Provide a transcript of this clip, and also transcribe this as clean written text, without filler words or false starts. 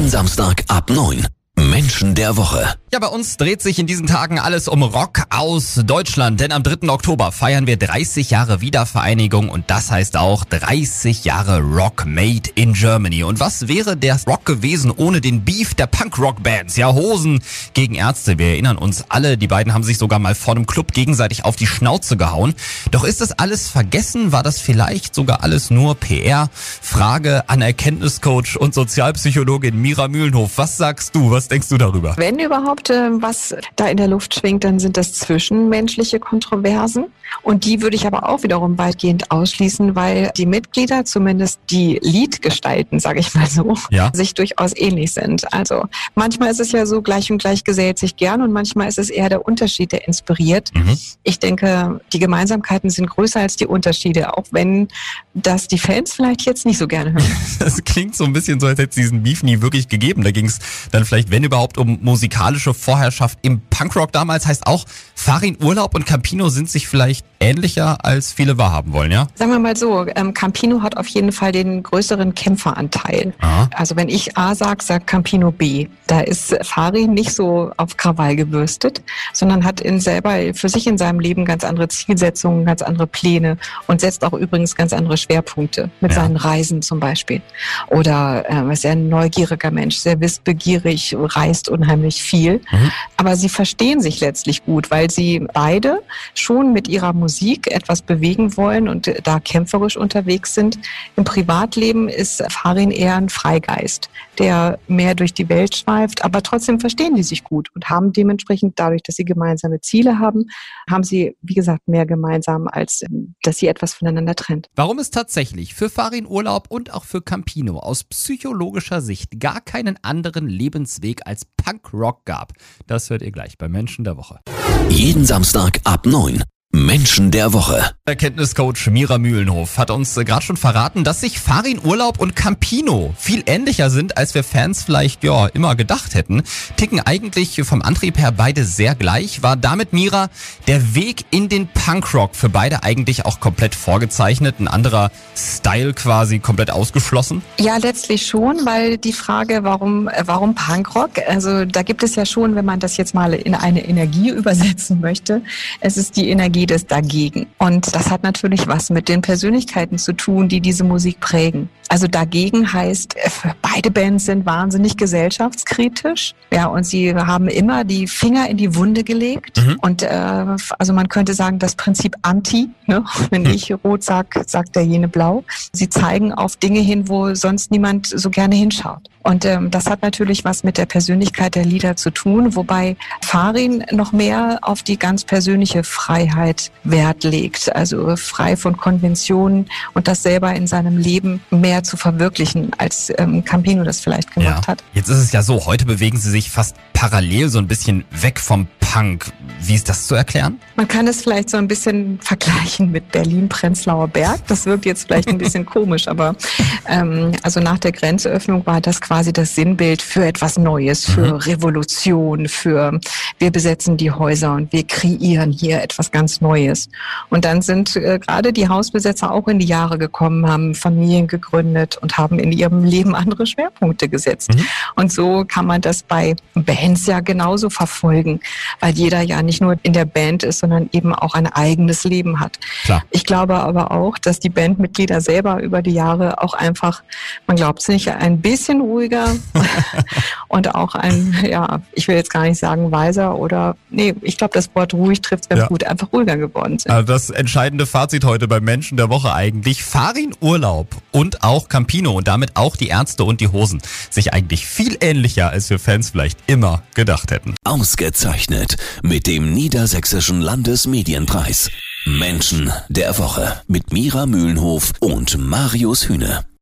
Jeden Samstag ab 9. Menschen der Woche. Ja, bei uns dreht sich in diesen Tagen alles um Rock aus Deutschland, denn am 3. Oktober feiern wir 30 Jahre Wiedervereinigung und das heißt auch 30 Jahre Rock Made in Germany. Und was wäre der Rock gewesen ohne den Beef der Punk-Rock-Bands? Ja, Hosen gegen Ärzte, wir erinnern uns alle, die beiden haben sich sogar mal vor einem Club gegenseitig auf die Schnauze gehauen. Doch ist das alles vergessen? War das vielleicht sogar alles nur PR? Frage an Erkenntniscoach und Sozialpsychologin Mira Mühlenhof. Was sagst du? Was denkst du darüber? Wenn überhaupt was da in der Luft schwingt, dann sind das zwischenmenschliche Kontroversen. Und die würde ich aber auch wiederum weitgehend ausschließen, weil die Mitglieder, zumindest die Liedgestalten, sage ich mal so, sich durchaus ähnlich sind. Also manchmal ist es ja so, gleich und gleich gesellt sich gern und manchmal ist es eher der Unterschied, der inspiriert. Ich denke, die Gemeinsamkeiten sind größer als die Unterschiede, auch wenn das die Fans vielleicht jetzt nicht so gerne hören. Das klingt so ein bisschen so, als hätte es diesen Beef nie wirklich gegeben. Da ging es dann vielleicht, wenn überhaupt, um musikalische Vorherrschaft im Punkrock damals. Heißt auch, Farin Urlaub und Campino sind sich vielleicht ähnlicher, als viele wahrhaben wollen, ja? Sagen wir mal so, Campino hat auf jeden Fall den größeren Kämpferanteil. Also wenn ich A sage, sagt Campino B. Da ist Farin nicht so auf Krawall gebürstet, sondern hat selber für sich in seinem Leben ganz andere Zielsetzungen, ganz andere Pläne und setzt auch übrigens ganz andere Schwerpunkte mit seinen Reisen zum Beispiel. Oder ist ein neugieriger Mensch, sehr wissbegierig, reist unheimlich viel. Aber sie verstehen sich letztlich gut, weil sie beide schon mit ihrer Musik etwas bewegen wollen und da kämpferisch unterwegs sind. Im Privatleben ist Farin eher ein Freigeist, der mehr durch die Welt schweift, aber trotzdem verstehen die sich gut und haben dementsprechend, dadurch, dass sie gemeinsame Ziele haben, haben sie, wie gesagt, mehr gemeinsam, als dass sie etwas voneinander trennt. Warum es tatsächlich für Farin Urlaub und auch für Campino aus psychologischer Sicht gar keinen anderen Lebensweg als Punkrock gab, das hört ihr gleich bei Menschen der Woche. Jeden Samstag ab 9. Menschen der Woche. Erkenntniscoach Mira Mühlenhof hat uns gerade schon verraten, dass sich Farin Urlaub und Campino viel ähnlicher sind, als wir Fans vielleicht immer gedacht hätten. Ticken eigentlich vom Antrieb her beide sehr gleich. War damit, Mira, der Weg in den Punkrock für beide eigentlich auch komplett vorgezeichnet? Ein anderer Style quasi komplett ausgeschlossen? Ja, letztlich schon, weil die Frage, warum Punkrock? Also da gibt es ja schon, wenn man das jetzt mal in eine Energie übersetzen möchte, es ist die Energie des Dagegen. Und das hat natürlich was mit den Persönlichkeiten zu tun, die diese Musik prägen. Also dagegen heißt, beide Bands sind wahnsinnig gesellschaftskritisch. Ja, und sie haben immer die Finger in die Wunde gelegt. Und also man könnte sagen, das Prinzip Anti, ne? Wenn ich rot sag, sagt der jene blau. Sie zeigen auf Dinge hin, wo sonst niemand so gerne hinschaut. Und das hat natürlich was mit der Persönlichkeit der Lieder zu tun, wobei Farin noch mehr auf die ganz persönliche Freiheit Wert legt, also frei von Konventionen und das selber in seinem Leben mehr zu verwirklichen, als Campino das vielleicht gemacht hat. Jetzt ist es ja so, heute bewegen sie sich fast parallel so ein bisschen weg vom Punk. Wie ist das zu erklären? Man kann es vielleicht so ein bisschen vergleichen mit Berlin-Prenzlauer Berg. Das wirkt jetzt vielleicht ein bisschen komisch, aber also nach der Grenzöffnung war das quasi das Sinnbild für etwas Neues, für Revolution, für wir besetzen die Häuser und wir kreieren hier etwas ganz Neues. Und dann sind gerade die Hausbesetzer auch in die Jahre gekommen, haben Familien gegründet und haben in ihrem Leben andere Schwerpunkte gesetzt. Und so kann man das bei Bands ja genauso verfolgen, weil jeder ja nicht nur in der Band ist, sondern eben auch ein eigenes Leben hat. Klar. Ich glaube aber auch, dass die Bandmitglieder selber über die Jahre auch einfach, man glaubt es nicht, ein bisschen ruhiger und auch ich will jetzt gar nicht sagen weiser ich glaube, das Wort ruhig trifft es ganz gut, einfach ruhiger geworden sind. Also das entscheidende Fazit heute beim Menschen der Woche eigentlich. Farin Urlaub und auch Campino und damit auch die Ärzte und die Hosen sich eigentlich viel ähnlicher, als wir Fans vielleicht immer gedacht hätten. Ausgezeichnet mit dem Niedersächsischen Landesmedienpreis. Menschen der Woche mit Mira Mühlenhof und Marius Hühne.